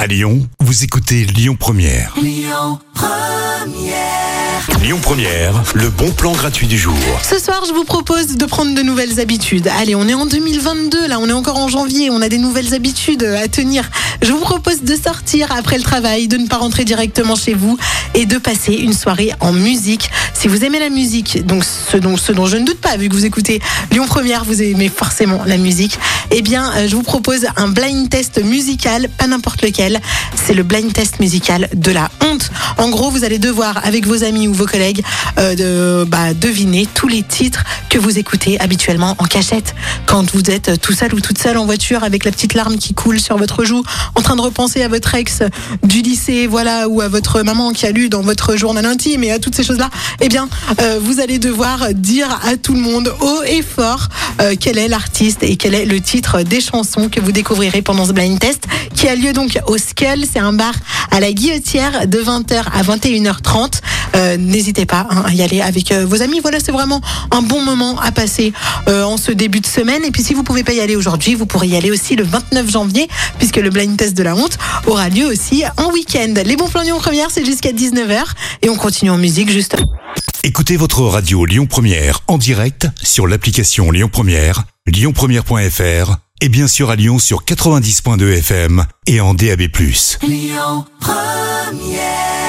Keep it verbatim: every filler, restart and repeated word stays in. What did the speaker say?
À Lyon, vous écoutez Lyon Première. Lyon Première. Lyon Première, le bon plan gratuit du jour. Ce soir, je vous propose de prendre de nouvelles habitudes. Allez, on est en deux mille vingt-deux, là, on est encore en janvier, on a des nouvelles habitudes à tenir. Je vous propose de sortir après le travail, de ne pas rentrer directement chez vous et de passer une soirée en musique. Si vous aimez la musique, donc ce dont, ce dont je ne doute pas, vu que vous écoutez Lyon Première, vous aimez forcément la musique, eh bien, je vous propose un blind test musical, pas n'importe lequel. C'est le blind test musical de la honte. En gros, vous allez devoir, avec vos amis ou vos collègues, euh, de, bah, deviner tous les titres que vous écoutez habituellement en cachette. Quand vous êtes tout seul ou toute seule en voiture avec la petite larme qui coule sur votre joue, en train de repenser à votre ex du lycée, voilà, ou à votre maman qui a lu dans votre journal intime et à toutes ces choses-là, eh bien, euh, vous allez devoir dire à tout le monde haut et fort euh, quel est l'artiste et quel est le titre des chansons que vous découvrirez pendant ce blind test qui a lieu donc au Skull. C'est un bar à la Guillotière de vingt heures à vingt et une heures trente. Euh, n'hésitez pas hein, à y aller avec euh, vos amis. Voilà, c'est vraiment un bon moment à passer euh, en ce début de semaine. Et puis si vous pouvez pas y aller aujourd'hui, vous pourrez y aller aussi le vingt-neuf janvier, puisque le blind test de la honte aura lieu aussi en week-end. Les bons plans Lyon Première, c'est jusqu'à dix-neuf heures et on continue en musique juste. Écoutez votre radio Lyon Première en direct sur l'application Lyon Première, lyon première point f r et bien sûr à Lyon sur quatre-vingt-dix point deux F M et en D A B plus. Lyon Première.